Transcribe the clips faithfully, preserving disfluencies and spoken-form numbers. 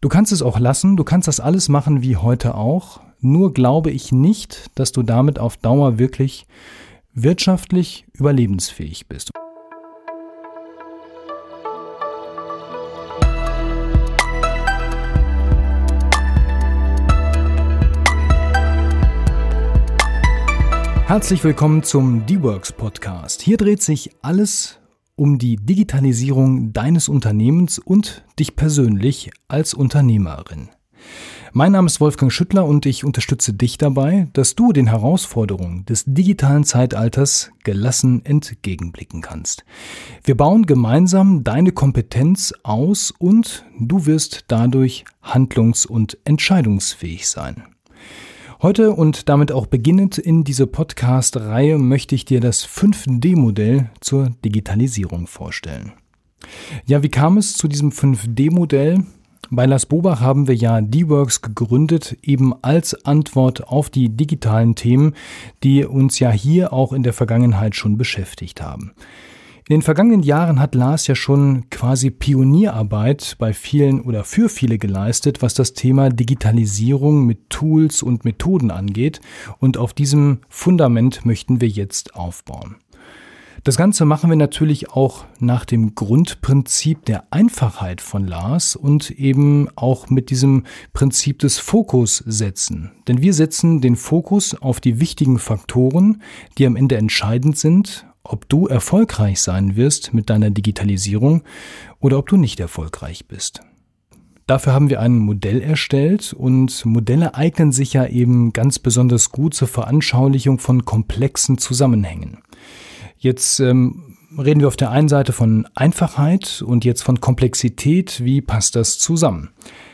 Du kannst es auch lassen, du kannst das alles machen wie heute auch, nur glaube ich nicht, dass du damit auf Dauer wirklich wirtschaftlich überlebensfähig bist. Herzlich willkommen zum D-Works Podcast. Hier dreht sich alles um die Digitalisierung deines Unternehmens und dich persönlich als Unternehmerin. Mein Name ist Wolfgang Schüttler und ich unterstütze dich dabei, dass du den Herausforderungen des digitalen Zeitalters gelassen entgegenblicken kannst. Wir bauen gemeinsam deine Kompetenz aus und du wirst dadurch handlungs- und entscheidungsfähig sein. Heute und damit auch beginnend in diese Podcast-Reihe möchte ich dir das fünf D Modell zur Digitalisierung vorstellen. Ja, wie kam es zu diesem fünf D Modell? Bei Lars Bobach haben wir ja D-Works gegründet, eben als Antwort auf die digitalen Themen, die uns ja hier auch in der Vergangenheit schon beschäftigt haben. In den vergangenen Jahren hat Lars ja schon quasi Pionierarbeit bei vielen oder für viele geleistet, was das Thema Digitalisierung mit Tools und Methoden angeht. Und auf diesem Fundament möchten wir jetzt aufbauen. Das Ganze machen wir natürlich auch nach dem Grundprinzip der Einfachheit von Lars und eben auch mit diesem Prinzip des Fokus setzen. Denn wir setzen den Fokus auf die wichtigen Faktoren, die am Ende entscheidend sind, ob du erfolgreich sein wirst mit deiner Digitalisierung oder ob du nicht erfolgreich bist. Dafür haben wir ein Modell erstellt und Modelle eignen sich ja eben ganz besonders gut zur Veranschaulichung von komplexen Zusammenhängen. Jetzt ähm, reden wir auf der einen Seite von Einfachheit und jetzt von Komplexität. Wie passt das zusammen?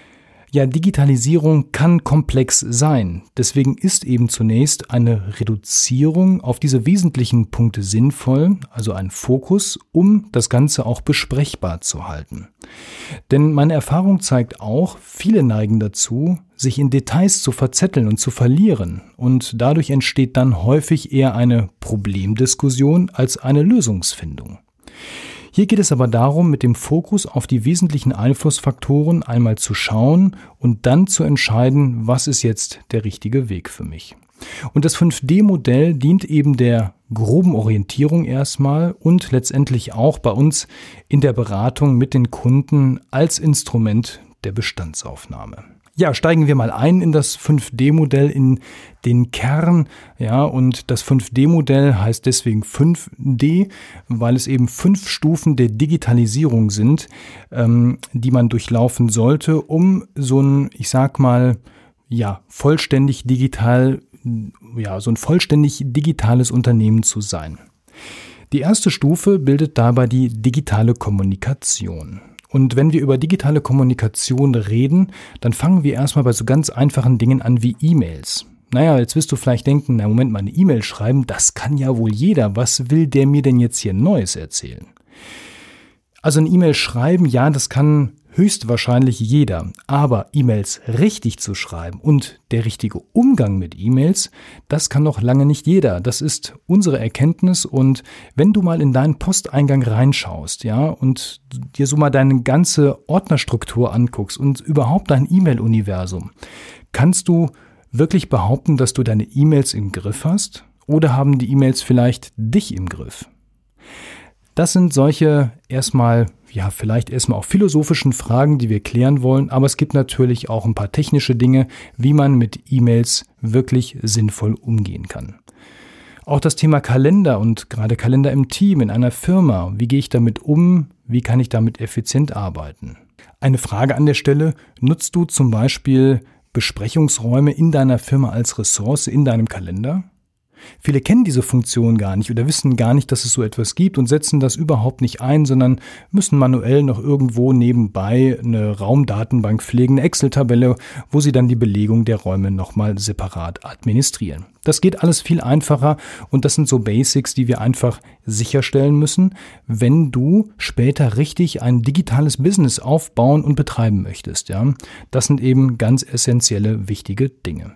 Ja, Digitalisierung kann komplex sein. Deswegen ist eben zunächst eine Reduzierung auf diese wesentlichen Punkte sinnvoll, also ein Fokus, um das Ganze auch besprechbar zu halten. Denn meine Erfahrung zeigt auch, viele neigen dazu, sich in Details zu verzetteln und zu verlieren. Und dadurch entsteht dann häufig eher eine Problemdiskussion als eine Lösungsfindung. Hier geht es aber darum, mit dem Fokus auf die wesentlichen Einflussfaktoren einmal zu schauen und dann zu entscheiden, was ist jetzt der richtige Weg für mich. Und das fünf D Modell dient eben der groben Orientierung erstmal und letztendlich auch bei uns in der Beratung mit den Kunden als Instrument der Bestandsaufnahme. Ja, steigen wir mal ein in das fünf D Modell, in den Kern. Ja, und das fünf D Modell heißt deswegen fünf D, weil es eben fünf Stufen der Digitalisierung sind, ähm, die man durchlaufen sollte, um so ein, ich sag mal, ja, vollständig digital, ja, so ein vollständig digitales Unternehmen zu sein. Die erste Stufe bildet dabei die digitale Kommunikation. Und wenn wir über digitale Kommunikation reden, dann fangen wir erstmal bei so ganz einfachen Dingen an wie E-Mails. Naja, jetzt wirst du vielleicht denken, na Moment mal, eine E-Mail schreiben, das kann ja wohl jeder. Was will der mir denn jetzt hier Neues erzählen? Also eine E-Mail schreiben, ja, das kann höchstwahrscheinlich jeder. Aber E-Mails richtig zu schreiben und der richtige Umgang mit E-Mails, das kann noch lange nicht jeder. Das ist unsere Erkenntnis. Und wenn du mal in deinen Posteingang reinschaust, ja, und dir so mal deine ganze Ordnerstruktur anguckst und überhaupt dein E-Mail-Universum, kannst du wirklich behaupten, dass du deine E-Mails im Griff hast? Oder haben die E-Mails vielleicht dich im Griff? Das sind solche erstmal, ja, vielleicht erstmal auch philosophischen Fragen, die wir klären wollen, aber es gibt natürlich auch ein paar technische Dinge, wie man mit E-Mails wirklich sinnvoll umgehen kann. Auch das Thema Kalender und gerade Kalender im Team, in einer Firma, wie gehe ich damit um, wie kann ich damit effizient arbeiten? Eine Frage an der Stelle, nutzt du zum Beispiel Besprechungsräume in deiner Firma als Ressource in deinem Kalender? Viele kennen diese Funktion gar nicht oder wissen gar nicht, dass es so etwas gibt und setzen das überhaupt nicht ein, sondern müssen manuell noch irgendwo nebenbei eine Raumdatenbank pflegen, eine Excel-Tabelle, wo sie dann die Belegung der Räume nochmal separat administrieren. Das geht alles viel einfacher und das sind so Basics, die wir einfach sicherstellen müssen, wenn du später richtig ein digitales Business aufbauen und betreiben möchtest. Ja, das sind eben ganz essentielle, wichtige Dinge.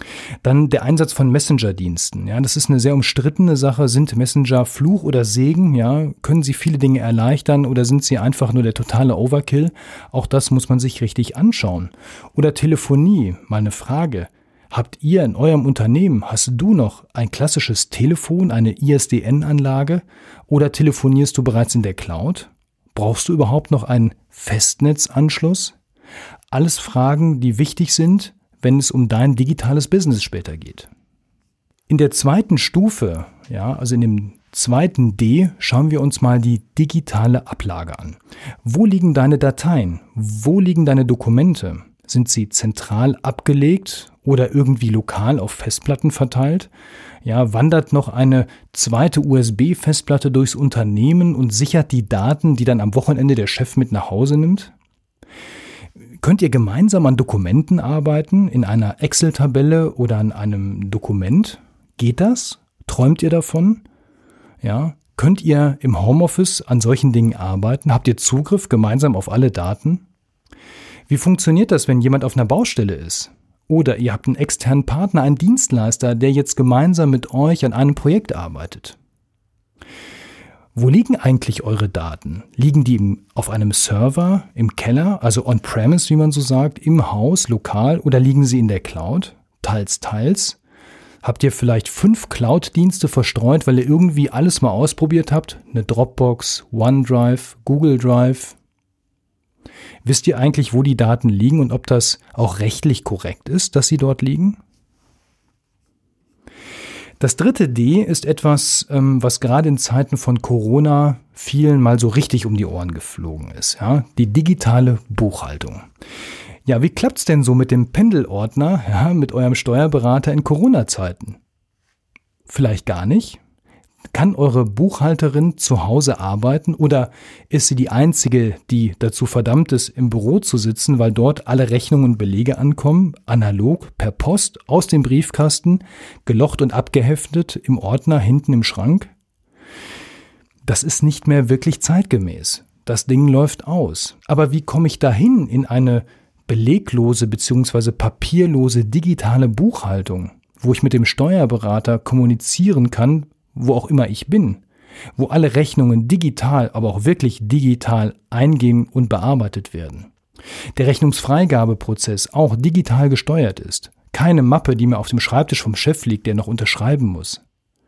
Dann der Einsatz von Messenger-Diensten. Ja, das ist eine sehr umstrittene Sache. Sind Messenger Fluch oder Segen? Ja, können sie viele Dinge erleichtern oder sind sie einfach nur der totale Overkill? Auch das muss man sich richtig anschauen. Oder Telefonie, mal eine Frage. Habt ihr in eurem Unternehmen, hast du noch ein klassisches Telefon, eine I S D N-Anlage oder telefonierst du bereits in der Cloud? Brauchst du überhaupt noch einen Festnetzanschluss? Alles Fragen, die wichtig sind, wenn es um dein digitales Business später geht. In der zweiten Stufe, ja, also in dem zweiten D, schauen wir uns mal die digitale Ablage an. Wo liegen deine Dateien? Wo liegen deine Dokumente? Sind sie zentral abgelegt oder irgendwie lokal auf Festplatten verteilt? Ja, wandert noch eine zweite U S B-Festplatte durchs Unternehmen und sichert die Daten, die dann am Wochenende der Chef mit nach Hause nimmt? Könnt ihr gemeinsam an Dokumenten arbeiten, in einer Excel-Tabelle oder an einem Dokument? Geht das? Träumt ihr davon? Ja, könnt ihr im Homeoffice an solchen Dingen arbeiten? Habt ihr Zugriff gemeinsam auf alle Daten? Wie funktioniert das, wenn jemand auf einer Baustelle ist? Oder ihr habt einen externen Partner, einen Dienstleister, der jetzt gemeinsam mit euch an einem Projekt arbeitet? Wo liegen eigentlich eure Daten? Liegen die im, auf einem Server, im Keller, also on-premise, wie man so sagt, im Haus, lokal, oder liegen sie in der Cloud? Teils, teils. Habt ihr vielleicht fünf Cloud-Dienste verstreut, weil ihr irgendwie alles mal ausprobiert habt? Eine Dropbox, OneDrive, Google Drive. Wisst ihr eigentlich, wo die Daten liegen und ob das auch rechtlich korrekt ist, dass sie dort liegen? Das dritte D ist etwas, was gerade in Zeiten von Corona vielen mal so richtig um die Ohren geflogen ist. Ja? Die digitale Buchhaltung. Ja, wie klappt's denn so mit dem Pendelordner, ja, mit eurem Steuerberater in Corona-Zeiten? Vielleicht gar nicht? Kann eure Buchhalterin zu Hause arbeiten oder ist sie die Einzige, die dazu verdammt ist, im Büro zu sitzen, weil dort alle Rechnungen und Belege ankommen, analog, per Post, aus dem Briefkasten, gelocht und abgeheftet, im Ordner, hinten im Schrank? Das ist nicht mehr wirklich zeitgemäß. Das Ding läuft aus. Aber wie komme ich dahin in eine beleglose bzw. papierlose digitale Buchhaltung, wo ich mit dem Steuerberater kommunizieren kann, wo auch immer ich bin, wo alle Rechnungen digital, aber auch wirklich digital eingehen und bearbeitet werden. Der Rechnungsfreigabeprozess auch digital gesteuert ist. Keine Mappe, die mir auf dem Schreibtisch vom Chef liegt, der noch unterschreiben muss.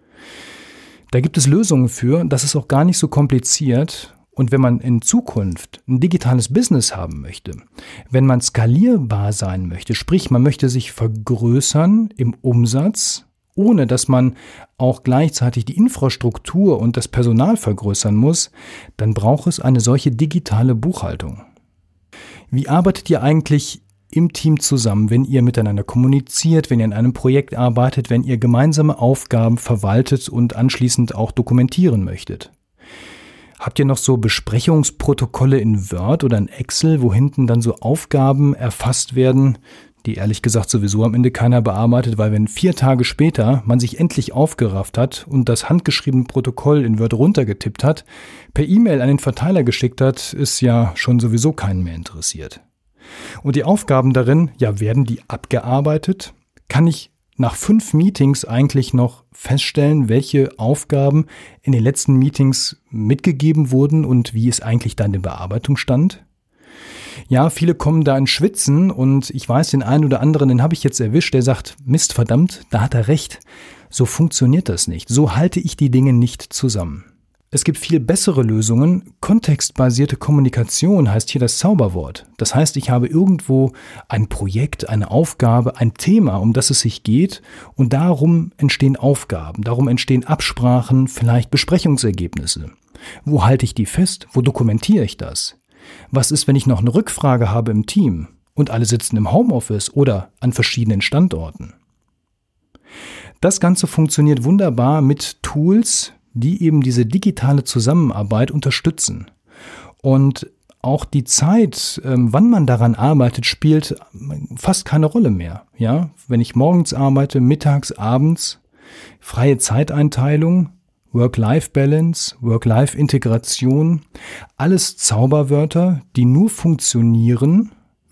Da gibt es Lösungen für, das ist auch gar nicht so kompliziert. Und wenn man in Zukunft ein digitales Business haben möchte, wenn man skalierbar sein möchte, sprich man möchte sich vergrößern im Umsatz, ohne dass man auch gleichzeitig die Infrastruktur und das Personal vergrößern muss, dann braucht es eine solche digitale Buchhaltung. Wie arbeitet ihr eigentlich im Team zusammen, wenn ihr miteinander kommuniziert, wenn ihr an einem Projekt arbeitet, wenn ihr gemeinsame Aufgaben verwaltet und anschließend auch dokumentieren möchtet? Habt ihr noch so Besprechungsprotokolle in Word oder in Excel, wo hinten dann so Aufgaben erfasst werden, die ehrlich gesagt sowieso am Ende keiner bearbeitet, weil wenn vier Tage später man sich endlich aufgerafft hat und das handgeschriebene Protokoll in Word runtergetippt hat, per E-Mail an den Verteiler geschickt hat, ist ja schon sowieso keinen mehr interessiert. Und die Aufgaben darin, ja, werden die abgearbeitet? Kann ich nach fünf Meetings eigentlich noch feststellen, welche Aufgaben in den letzten Meetings mitgegeben wurden und wie es eigentlich dann in Bearbeitung stand? Ja, viele kommen da in Schwitzen und ich weiß, den einen oder anderen, den habe ich jetzt erwischt, der sagt, Mist, verdammt, da hat er recht. So funktioniert das nicht. So halte ich die Dinge nicht zusammen. Es gibt viel bessere Lösungen. Kontextbasierte Kommunikation heißt hier das Zauberwort. Das heißt, ich habe irgendwo ein Projekt, eine Aufgabe, ein Thema, um das es sich geht und darum entstehen Aufgaben, darum entstehen Absprachen, vielleicht Besprechungsergebnisse. Wo halte ich die fest? Wo dokumentiere ich das? Was ist, wenn ich noch eine Rückfrage habe im Team und alle sitzen im Homeoffice oder an verschiedenen Standorten? Das Ganze funktioniert wunderbar mit Tools, die eben diese digitale Zusammenarbeit unterstützen. Und auch die Zeit, wann man daran arbeitet, spielt fast keine Rolle mehr. Ja, wenn ich morgens arbeite, mittags, abends, freie Zeiteinteilung, Work-Life-Balance, Work-Life-Integration, alles Zauberwörter, die nur funktionieren,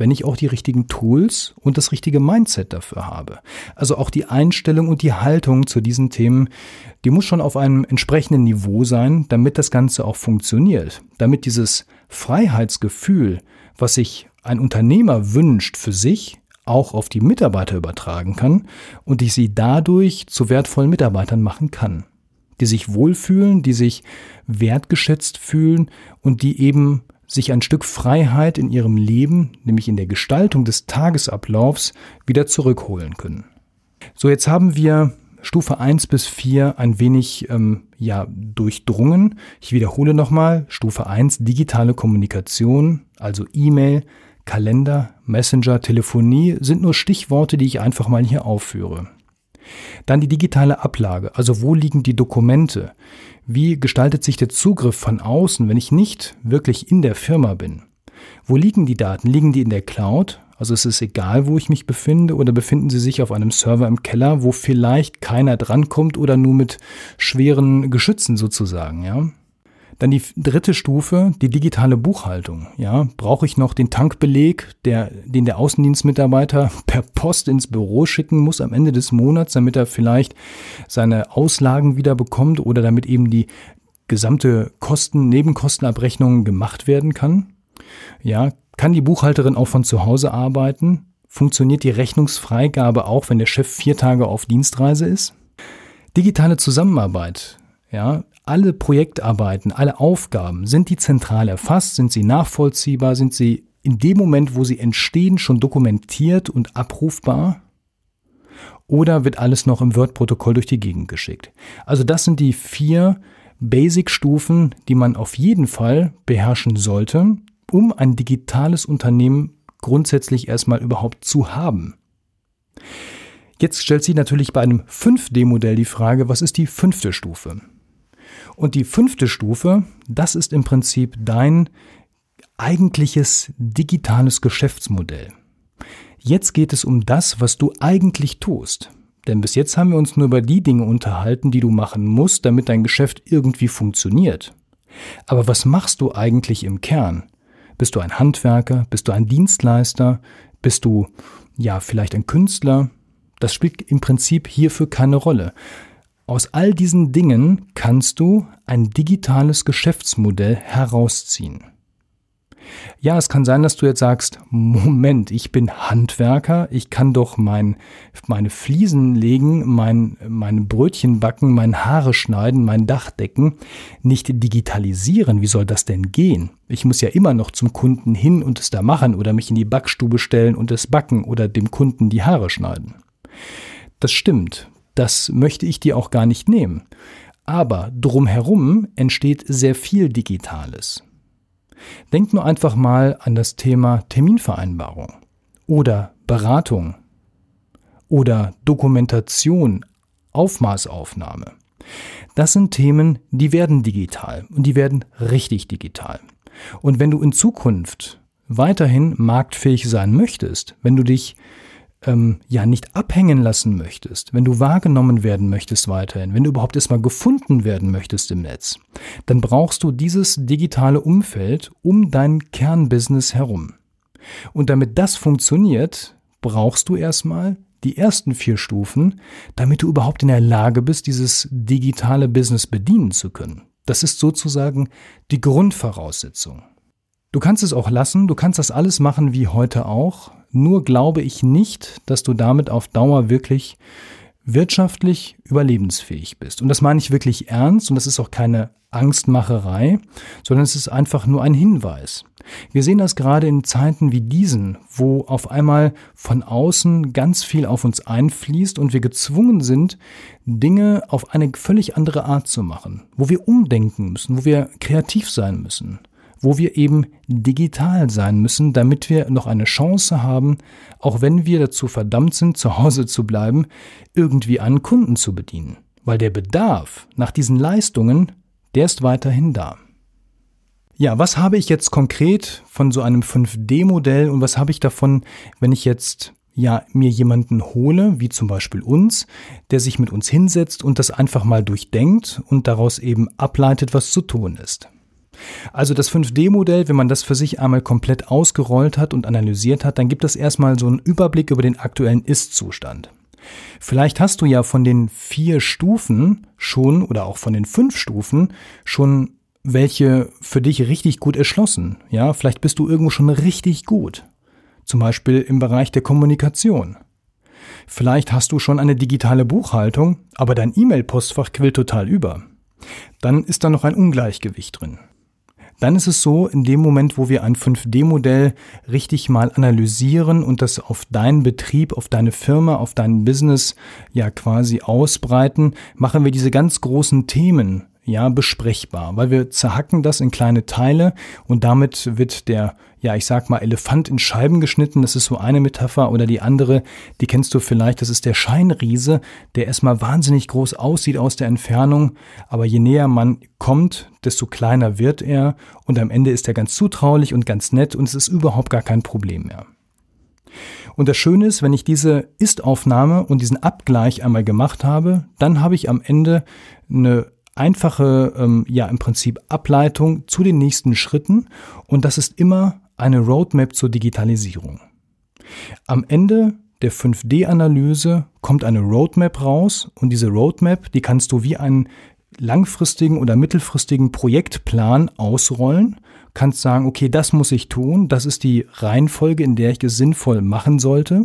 wenn ich auch die richtigen Tools und das richtige Mindset dafür habe. Also auch die Einstellung und die Haltung zu diesen Themen, die muss schon auf einem entsprechenden Niveau sein, damit das Ganze auch funktioniert. Damit dieses Freiheitsgefühl, was sich ein Unternehmer wünscht für sich, auch auf die Mitarbeiter übertragen kann und ich sie dadurch zu wertvollen Mitarbeitern machen kann, die sich wohlfühlen, die sich wertgeschätzt fühlen und die eben sich ein Stück Freiheit in ihrem Leben, nämlich in der Gestaltung des Tagesablaufs, wieder zurückholen können. So, jetzt haben wir Stufe eins bis vier ein wenig ähm, ja, durchdrungen. Ich wiederhole nochmal, Stufe eins, digitale Kommunikation, also E-Mail, Kalender, Messenger, Telefonie sind nur Stichworte, die ich einfach mal hier aufführe. Dann die digitale Ablage, also wo liegen die Dokumente? Wie gestaltet sich der Zugriff von außen, wenn ich nicht wirklich in der Firma bin? Wo liegen die Daten? Liegen die in der Cloud? Also es ist egal, wo ich mich befinde, oder befinden sie sich auf einem Server im Keller, wo vielleicht keiner drankommt oder nur mit schweren Geschützen sozusagen, ja? Dann die dritte Stufe, die digitale Buchhaltung. Ja, brauche ich noch den Tankbeleg, der, den der Außendienstmitarbeiter per Post ins Büro schicken muss am Ende des Monats, damit er vielleicht seine Auslagen wieder bekommt oder damit eben die gesamte Kosten, Nebenkostenabrechnung gemacht werden kann? Ja, kann die Buchhalterin auch von zu Hause arbeiten? Funktioniert die Rechnungsfreigabe auch, wenn der Chef vier Tage auf Dienstreise ist? Digitale Zusammenarbeit. Ja, alle Projektarbeiten, alle Aufgaben, sind die zentral erfasst, sind sie nachvollziehbar, sind sie in dem Moment, wo sie entstehen, schon dokumentiert und abrufbar? Oder wird alles noch im Word-Protokoll durch die Gegend geschickt? Also das sind die vier Basic-Stufen, die man auf jeden Fall beherrschen sollte, um ein digitales Unternehmen grundsätzlich erstmal überhaupt zu haben. Jetzt stellt sich natürlich bei einem fünf D Modell die Frage, was ist die fünfte Stufe? Und die fünfte Stufe, das ist im Prinzip dein eigentliches digitales Geschäftsmodell. Jetzt geht es um das, was du eigentlich tust. Denn bis jetzt haben wir uns nur über die Dinge unterhalten, die du machen musst, damit dein Geschäft irgendwie funktioniert. Aber was machst du eigentlich im Kern? Bist du ein Handwerker? Bist du ein Dienstleister? Bist du, ja, vielleicht ein Künstler? Das spielt im Prinzip hierfür keine Rolle. Aus all diesen Dingen kannst du ein digitales Geschäftsmodell herausziehen. Ja, es kann sein, dass du jetzt sagst, Moment, ich bin Handwerker, ich kann doch mein, meine Fliesen legen, mein, meine Brötchen backen, meine Haare schneiden, mein Dach decken, nicht digitalisieren. Wie soll das denn gehen? Ich muss ja immer noch zum Kunden hin und es da machen oder mich in die Backstube stellen und es backen oder dem Kunden die Haare schneiden. Das stimmt. Das möchte ich dir auch gar nicht nehmen. Aber drumherum entsteht sehr viel Digitales. Denk nur einfach mal an das Thema Terminvereinbarung oder Beratung oder Dokumentation, Aufmaßaufnahme. Das sind Themen, die werden digital und die werden richtig digital. Und wenn du in Zukunft weiterhin marktfähig sein möchtest, wenn du dich Ähm, ja nicht abhängen lassen möchtest, wenn du wahrgenommen werden möchtest weiterhin, wenn du überhaupt erstmal gefunden werden möchtest im Netz, dann brauchst du dieses digitale Umfeld um dein Kernbusiness herum. Und damit das funktioniert, brauchst du erstmal die ersten vier Stufen, damit du überhaupt in der Lage bist, dieses digitale Business bedienen zu können. Das ist sozusagen die Grundvoraussetzung. Du kannst es auch lassen, du kannst das alles machen wie heute auch, nur glaube ich nicht, dass du damit auf Dauer wirklich wirtschaftlich überlebensfähig bist. Und das meine ich wirklich ernst und das ist auch keine Angstmacherei, sondern es ist einfach nur ein Hinweis. Wir sehen das gerade in Zeiten wie diesen, wo auf einmal von außen ganz viel auf uns einfließt und wir gezwungen sind, Dinge auf eine völlig andere Art zu machen, wo wir umdenken müssen, wo wir kreativ sein müssen, wo wir eben digital sein müssen, damit wir noch eine Chance haben, auch wenn wir dazu verdammt sind, zu Hause zu bleiben, irgendwie einen Kunden zu bedienen. Weil der Bedarf nach diesen Leistungen, der ist weiterhin da. Ja, was habe ich jetzt konkret von so einem fünf D Modell und was habe ich davon, wenn ich jetzt ja mir jemanden hole, wie zum Beispiel uns, der sich mit uns hinsetzt und das einfach mal durchdenkt und daraus eben ableitet, was zu tun ist? Also das fünf D Modell, wenn man das für sich einmal komplett ausgerollt hat und analysiert hat, dann gibt es erstmal so einen Überblick über den aktuellen Ist-Zustand. Vielleicht hast du ja von den vier Stufen schon oder auch von den fünf Stufen schon welche für dich richtig gut erschlossen. Ja, vielleicht bist du irgendwo schon richtig gut. Zum Beispiel im Bereich der Kommunikation. Vielleicht hast du schon eine digitale Buchhaltung, aber dein E-Mail-Postfach quillt total über. Dann ist da noch ein Ungleichgewicht drin. Dann ist es so, in dem Moment, wo wir ein fünf D Modell richtig mal analysieren und das auf deinen Betrieb, auf deine Firma, auf dein Business ja quasi ausbreiten, machen wir diese ganz großen Themen ja besprechbar, weil wir zerhacken das in kleine Teile und damit wird der, ja ich sag mal, Elefant in Scheiben geschnitten. Das ist so eine Metapher, oder die andere, die kennst du vielleicht, das ist der Scheinriese, der erstmal wahnsinnig groß aussieht aus der Entfernung, aber je näher man kommt, desto kleiner wird er und am Ende ist er ganz zutraulich und ganz nett und es ist überhaupt gar kein Problem mehr. Und das Schöne ist, wenn ich diese Ist-Aufnahme und diesen Abgleich einmal gemacht habe, dann habe ich am Ende eine einfache, ähm, ja im Prinzip Ableitung zu den nächsten Schritten und das ist immer eine Roadmap zur Digitalisierung. Am Ende der fünf D Analyse kommt eine Roadmap raus und diese Roadmap, die kannst du wie einen langfristigen oder mittelfristigen Projektplan ausrollen, kannst sagen, okay, das muss ich tun, das ist die Reihenfolge, in der ich es sinnvoll machen sollte.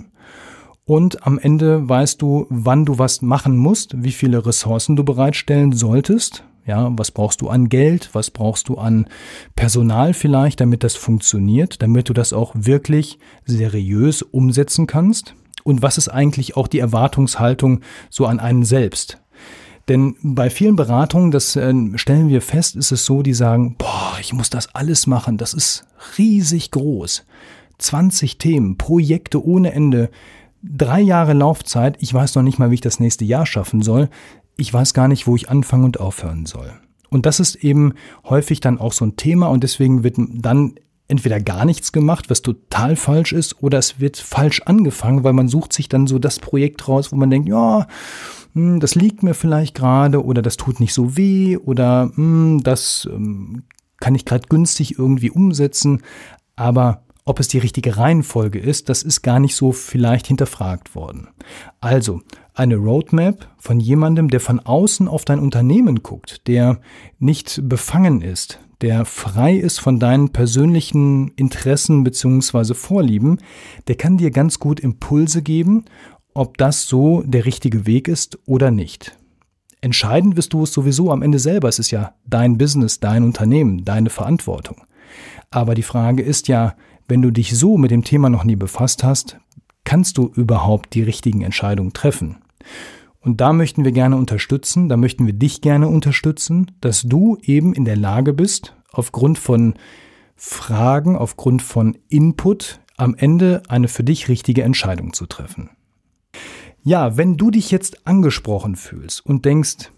Und am Ende weißt du, wann du was machen musst, wie viele Ressourcen du bereitstellen solltest. Ja, was brauchst du an Geld, was brauchst du an Personal vielleicht, damit das funktioniert, damit du das auch wirklich seriös umsetzen kannst. Und was ist eigentlich auch die Erwartungshaltung so an einen selbst? Denn bei vielen Beratungen, das äh, stellen wir fest, ist es so, die sagen, boah, ich muss das alles machen, das ist riesig groß. zwanzig Themen, Projekte ohne Ende. Drei Jahre Laufzeit, ich weiß noch nicht mal, wie ich das nächste Jahr schaffen soll. Ich weiß gar nicht, wo ich anfangen und aufhören soll. Und das ist eben häufig dann auch so ein Thema und deswegen wird dann entweder gar nichts gemacht, was total falsch ist, oder es wird falsch angefangen, weil man sucht sich dann so das Projekt raus, wo man denkt, ja, das liegt mir vielleicht gerade oder das tut nicht so weh oder das kann ich gerade günstig irgendwie umsetzen, aber ob es die richtige Reihenfolge ist, das ist gar nicht so vielleicht hinterfragt worden. Also eine Roadmap von jemandem, der von außen auf dein Unternehmen guckt, der nicht befangen ist, der frei ist von deinen persönlichen Interessen bzw. Vorlieben, der kann dir ganz gut Impulse geben, ob das so der richtige Weg ist oder nicht. Entscheiden wirst du es sowieso am Ende selber. Es ist ja dein Business, dein Unternehmen, deine Verantwortung. Aber die Frage ist ja, wenn du dich so mit dem Thema noch nie befasst hast, kannst du überhaupt die richtigen Entscheidungen treffen? Und da möchten wir gerne unterstützen, da möchten wir dich gerne unterstützen, dass du eben in der Lage bist, aufgrund von Fragen, aufgrund von Input, am Ende eine für dich richtige Entscheidung zu treffen. Ja, wenn du dich jetzt angesprochen fühlst und denkst,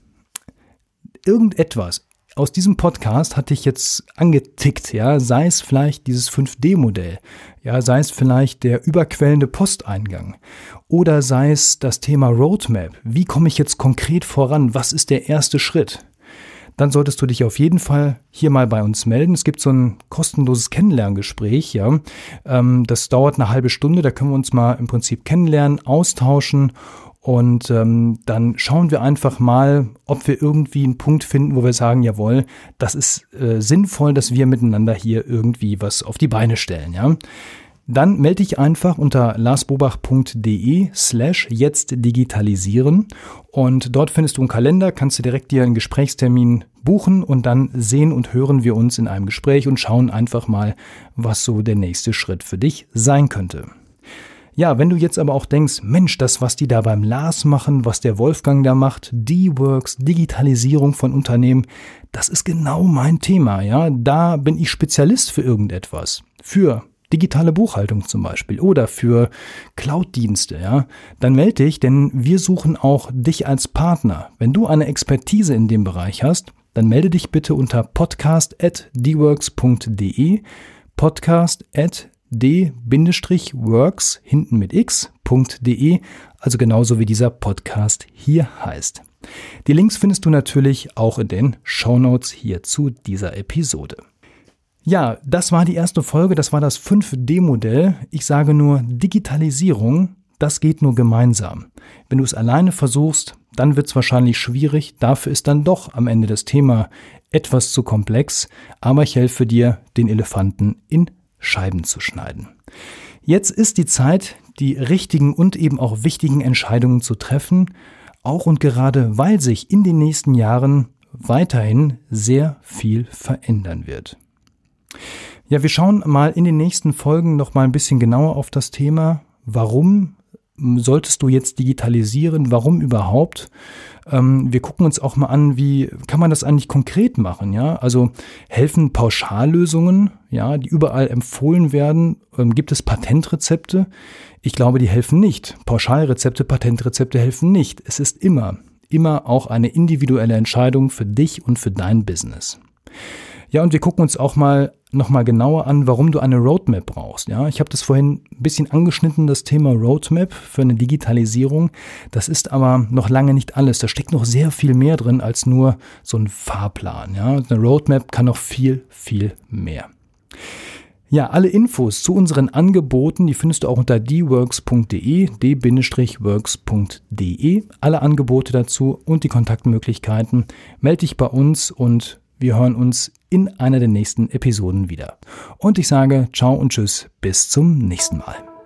irgendetwas aus diesem Podcast hat dich jetzt angetickt, ja, sei es vielleicht dieses fünf D Modell, ja, sei es vielleicht der überquellende Posteingang oder sei es das Thema Roadmap. Wie komme ich jetzt konkret voran? Was ist der erste Schritt? Dann solltest du dich auf jeden Fall hier mal bei uns melden. Es gibt so ein kostenloses Kennenlerngespräch, ja. Ähm, das dauert eine halbe Stunde, da können wir uns mal im Prinzip kennenlernen, austauschen. Und ähm, dann schauen wir einfach mal, ob wir irgendwie einen Punkt finden, wo wir sagen, jawohl, das ist äh, sinnvoll, dass wir miteinander hier irgendwie was auf die Beine stellen, ja. Dann melde dich einfach unter larsbobach.de slash jetzt digitalisieren und dort findest du einen Kalender, kannst du direkt dir einen Gesprächstermin buchen und dann sehen und hören wir uns in einem Gespräch und schauen einfach mal, was so der nächste Schritt für dich sein könnte. Ja, wenn du jetzt aber auch denkst, Mensch, das, was die da beim Lars machen, was der Wolfgang da macht, D-Works, Digitalisierung von Unternehmen, das ist genau mein Thema, ja. Da bin ich Spezialist für irgendetwas, für digitale Buchhaltung zum Beispiel oder für Cloud-Dienste, ja, dann melde dich, denn wir suchen auch dich als Partner. Wenn du eine Expertise in dem Bereich hast, dann melde dich bitte unter podcast at d works punkt de, podcast at d-works hinten mit x.de, also genauso wie dieser Podcast hier heißt. Die Links findest du natürlich auch in den Shownotes hier zu dieser Episode. Ja, das war die erste Folge, das war das fünf D Modell. Ich sage nur, Digitalisierung, das geht nur gemeinsam. Wenn du es alleine versuchst, dann wird es wahrscheinlich schwierig. Dafür ist dann doch am Ende das Thema etwas zu komplex. Aber ich helfe dir, den Elefanten in Scheiben zu schneiden. Jetzt ist die Zeit, die richtigen und eben auch wichtigen Entscheidungen zu treffen. Auch und gerade, weil sich in den nächsten Jahren weiterhin sehr viel verändern wird. Ja, wir schauen mal in den nächsten Folgen noch mal ein bisschen genauer auf das Thema. Warum solltest du jetzt digitalisieren? Warum überhaupt? Ähm, wir gucken uns auch mal an, wie kann man das eigentlich konkret machen? Ja, also helfen Pauschallösungen, ja, die überall empfohlen werden? Ähm, gibt es Patentrezepte? Ich glaube, die helfen nicht. Pauschalrezepte, Patentrezepte helfen nicht. Es ist immer, immer auch eine individuelle Entscheidung für dich und für dein Business. Ja, und wir gucken uns auch mal nochmal genauer an, warum du eine Roadmap brauchst. Ja, ich habe das vorhin ein bisschen angeschnitten, das Thema Roadmap für eine Digitalisierung. Das ist aber noch lange nicht alles. Da steckt noch sehr viel mehr drin als nur so ein Fahrplan. Ja, eine Roadmap kann noch viel, viel mehr. Ja, alle Infos zu unseren Angeboten, die findest du auch unter d works punkt d e, d works punkt d e. Alle Angebote dazu und die Kontaktmöglichkeiten. Melde dich bei uns und wir hören uns in einer der nächsten Episoden wieder. Und ich sage ciao und tschüss, bis zum nächsten Mal.